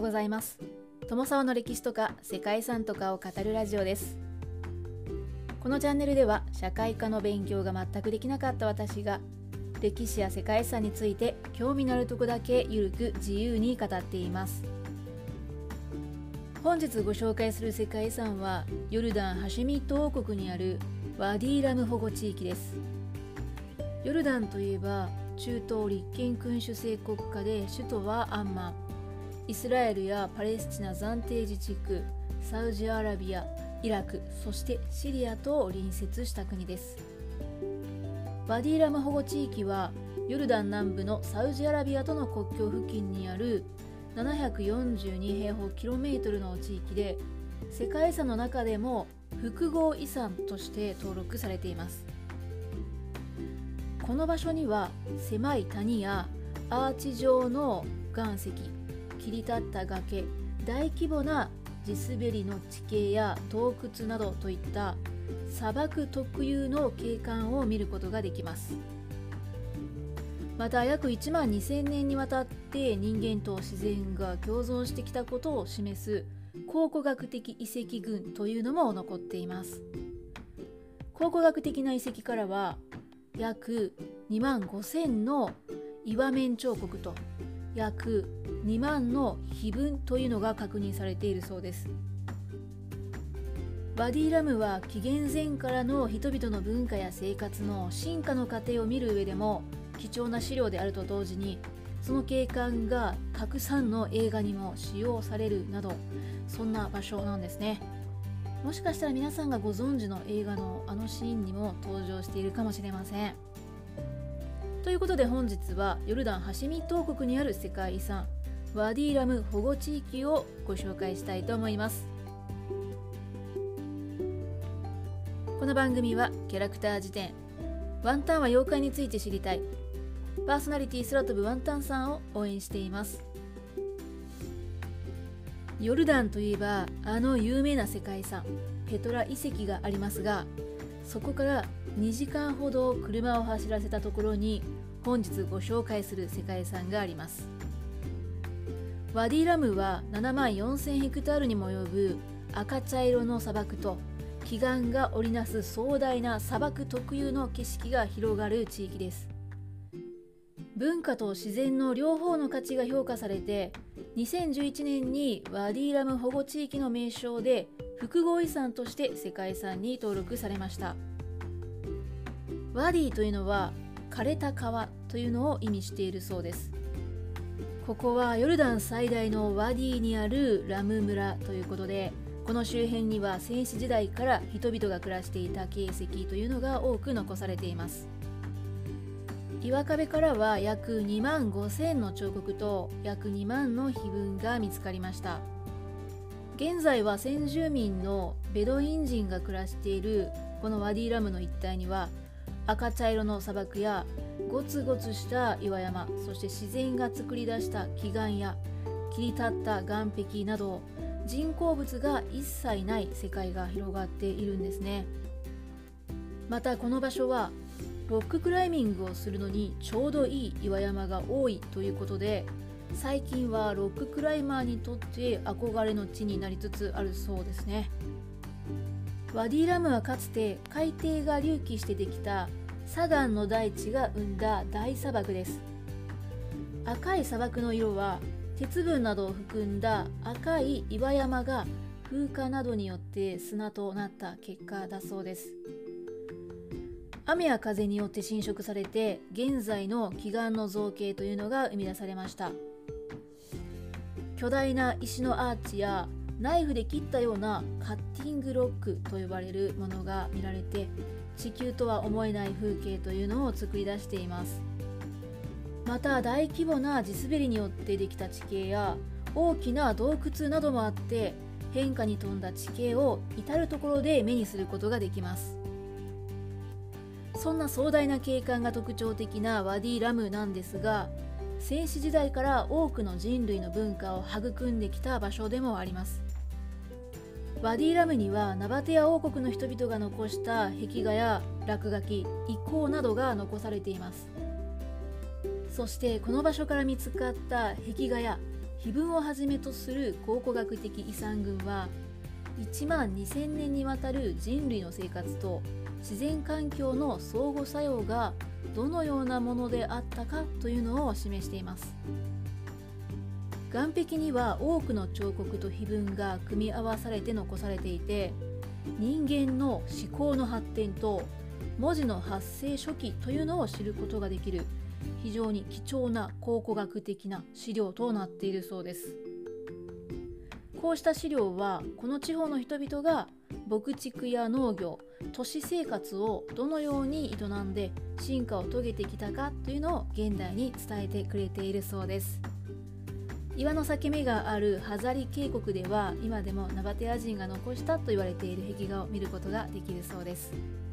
ございます。友沢の歴史とか世界遺産とかを語るラジオです。このチャンネルでは社会科の勉強が全くできなかった私が歴史や世界遺産について興味のあるとこだけゆるく自由に語っています。本日ご紹介する世界遺産はヨルダン・ハシェミット王国にあるワディラム保護地域です。ヨルダンといえば中東立憲君主制国家で首都はアンマン、イスラエルやパレスチナ暫定自治区、サウジアラビア、イラク、そしてシリアと隣接した国です。ワディラム保護地域はヨルダン南部のサウジアラビアとの国境付近にある742平方キロメートルの地域で、世界遺産の中でも複合遺産として登録されています。この場所には狭い谷やアーチ状の岩石、切り立った崖、大規模な地滑りの地形や洞窟などといった砂漠特有の景観を見ることができます。また約1万2000年にわたって人間と自然が共存してきたことを示す考古学的遺跡群というのも残っています。考古学的な遺跡からは約2万5000の岩面彫刻と約2万の碑文というのが確認されているそうです。ワディラムは紀元前からの人々の文化や生活の進化の過程を見る上でも貴重な資料であると同時に、その景観がたくさんの映画にも使用されるなど、そんな場所なんですね。もしかしたら皆さんがご存知の映画のあのシーンにも登場しているかもしれません。ということで本日はヨルダン・ハシェミット王国にある世界遺産ワディラム保護地域をご紹介したいと思います。この番組はキャラクター辞典、ワンタンは妖怪について知りたい、パーソナリティ空飛ぶワンタンさんを応援しています。ヨルダンといえばあの有名な世界遺産ペトラ遺跡がありますが、そこから2時間ほど車を走らせたところに本日ご紹介する世界遺産があります。ワディラムは7万4000ヘクタールにも及ぶ赤茶色の砂漠と奇岩が織りなす壮大な砂漠特有の景色が広がる地域です。文化と自然の両方の価値が評価されて、2011年にワディラム保護地域の名称で複合遺産として世界遺産に登録されました。ワディというのは枯れた川というのを意味しているそうです。ここはヨルダン最大のワディにあるラム村ということで、この周辺には先史時代から人々が暮らしていた形跡というのが多く残されています。岩壁からは約2万5000の彫刻と約2万の碑文が見つかりました。現在は先住民のベドイン人が暮らしているこのワディラムの一帯には赤茶色の砂漠やゴツゴツした岩山、そして自然が作り出した奇岩や切り立った岩壁など人工物が一切ない世界が広がっているんですね。またこの場所はロッククライミングをするのにちょうどいい岩山が多いということで、最近はロッククライマーにとって憧れの地になりつつあるそうですね。ワディラムはかつて海底が隆起してできた砂岩の大地が生んだ大砂漠です。赤い砂漠の色は鉄分などを含んだ赤い岩山が風化などによって砂となった結果だそうです。雨や風によって浸食されて現在の奇岩の造形というのが生み出されました。巨大な石のアーチやナイフで切ったようなカッティングロックと呼ばれるものが見られて、地球とは思えない風景というのを作り出しています。また大規模な地滑りによってできた地形や大きな洞窟などもあって、変化に富んだ地形を至るところで目にすることができます。そんな壮大な景観が特徴的なワディラムなんですが、先史時代から多くの人類の文化を育んできた場所でもあります。ワディラムにはナバテア王国の人々が残した壁画や落書き、遺構などが残されています。そしてこの場所から見つかった壁画や碑文をはじめとする考古学的遺産群は1万2000年にわたる人類の生活と自然環境の相互作用がどのようなものであったかというのを示しています。岩壁には多くの彫刻と碑文が組み合わされて残されていて、人間の思考の発展と文字の発生初期というのを知ることができる非常に貴重な考古学的な資料となっているそうです。こうした資料はこの地方の人々が牧畜や農業、都市生活をどのように営んで進化を遂げてきたかというのを現代に伝えてくれているそうです。岩の裂け目があるハザリ渓谷では今でもナバテア人が残したと言われている壁画を見ることができるそうです。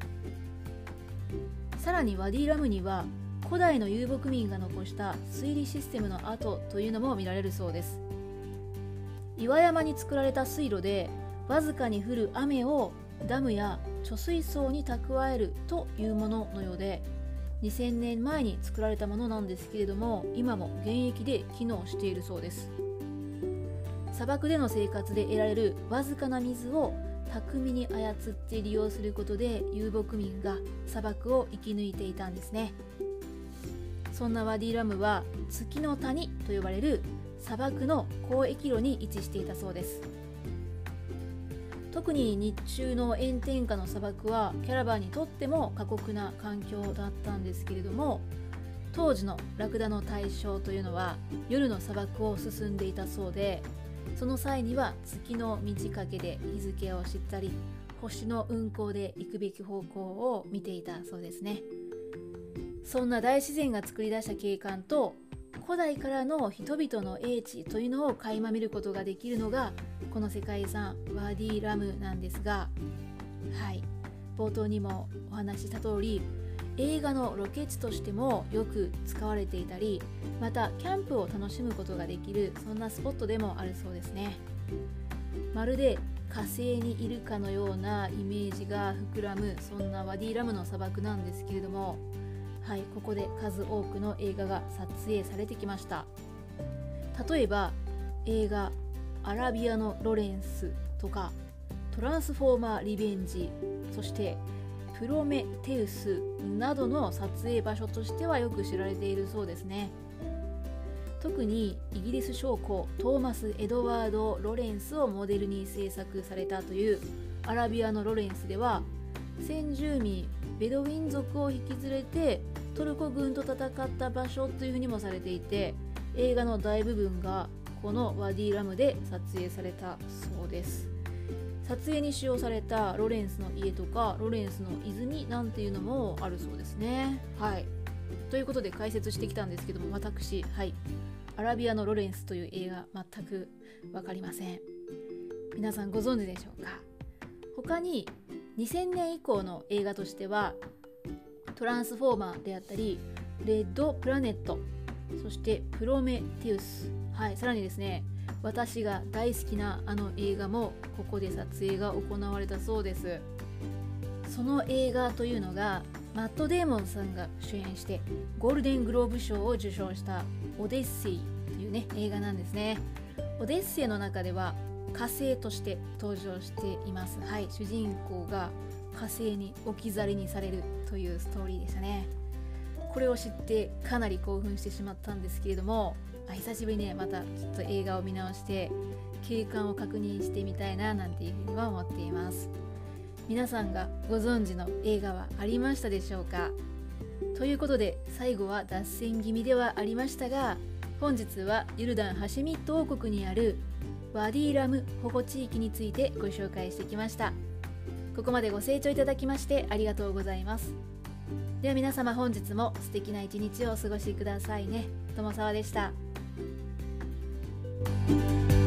さらにワディラムには古代の遊牧民が残した水利システムの跡というのも見られるそうです。岩山に作られた水路でわずかに降る雨をダムや貯水槽に蓄えるというもののようで、2000年前に作られたものなんですけれども、今も現役で機能しているそうです。砂漠での生活で得られるわずかな水を巧みに操って利用することで遊牧民が砂漠を生き抜いていたんですね。そんなワディラムは月の谷と呼ばれる砂漠の交易路に位置していたそうです。特に日中の炎天下の砂漠はキャラバンにとっても過酷な環境だったんですけれども、当時のラクダの対象というのは夜の砂漠を進んでいたそうで、その際には月の満ち欠けで日付を知ったり、星の運行で行くべき方向を見ていたそうですね。そんな大自然が作り出した景観と古代からの人々の英知というのを垣間見ることができるのがこの世界遺産ワディラムなんですが、冒頭にもお話しした通り、映画のロケ地としてもよく使われていたり、またキャンプを楽しむことができる、そんなスポットでもあるそうですね。まるで火星にいるかのようなイメージが膨らむ、そんなワディラムの砂漠なんですけれども、ここで数多くの映画が撮影されてきました。例えば映画アラビアのロレンスとかトランスフォーマーリベンジ、そしてプロメテウスなどの撮影場所としてはよく知られているそうですね。特にイギリス将校トーマス・エドワード・ロレンスをモデルに制作されたというアラビアのロレンスでは、先住民ベドウィン族を引き連れてトルコ軍と戦った場所というふうにもされていて、映画の大部分がこのワディラムで撮影されたそうです。撮影に使用されたロレンスの家とかロレンスの泉なんていうのもあるそうですね。ということで解説してきたんですけども、私アラビアのロレンスという映画全く分かりません。皆さんご存知でしょうか。他に2000年以降の映画としてはトランスフォーマーであったりレッドプラネット、そしてプロメテウス、さらにですね、私が大好きなあの映画もここで撮影が行われたそうです。その映画というのがマット・デーモンさんが主演してゴールデングローブ賞を受賞したオデッセイというね映画なんですね。オデッセイの中では火星として登場しています。主人公が火星に置き去りにされるというストーリーでしたね。これを知ってかなり興奮してしまったんですけれども、久しぶりにまたちょっと映画を見直して景観を確認してみたいななんていうふうには思っています。皆さんがご存知の映画はありましたでしょうか。ということで最後は脱線気味ではありましたが、本日はユルダン・ハシェミット王国にあるワディラム保護地域についてご紹介してきました。ここまでご清聴いただきましてありがとうございます。では皆様、本日も素敵な一日をお過ごしくださいね。友沢でした。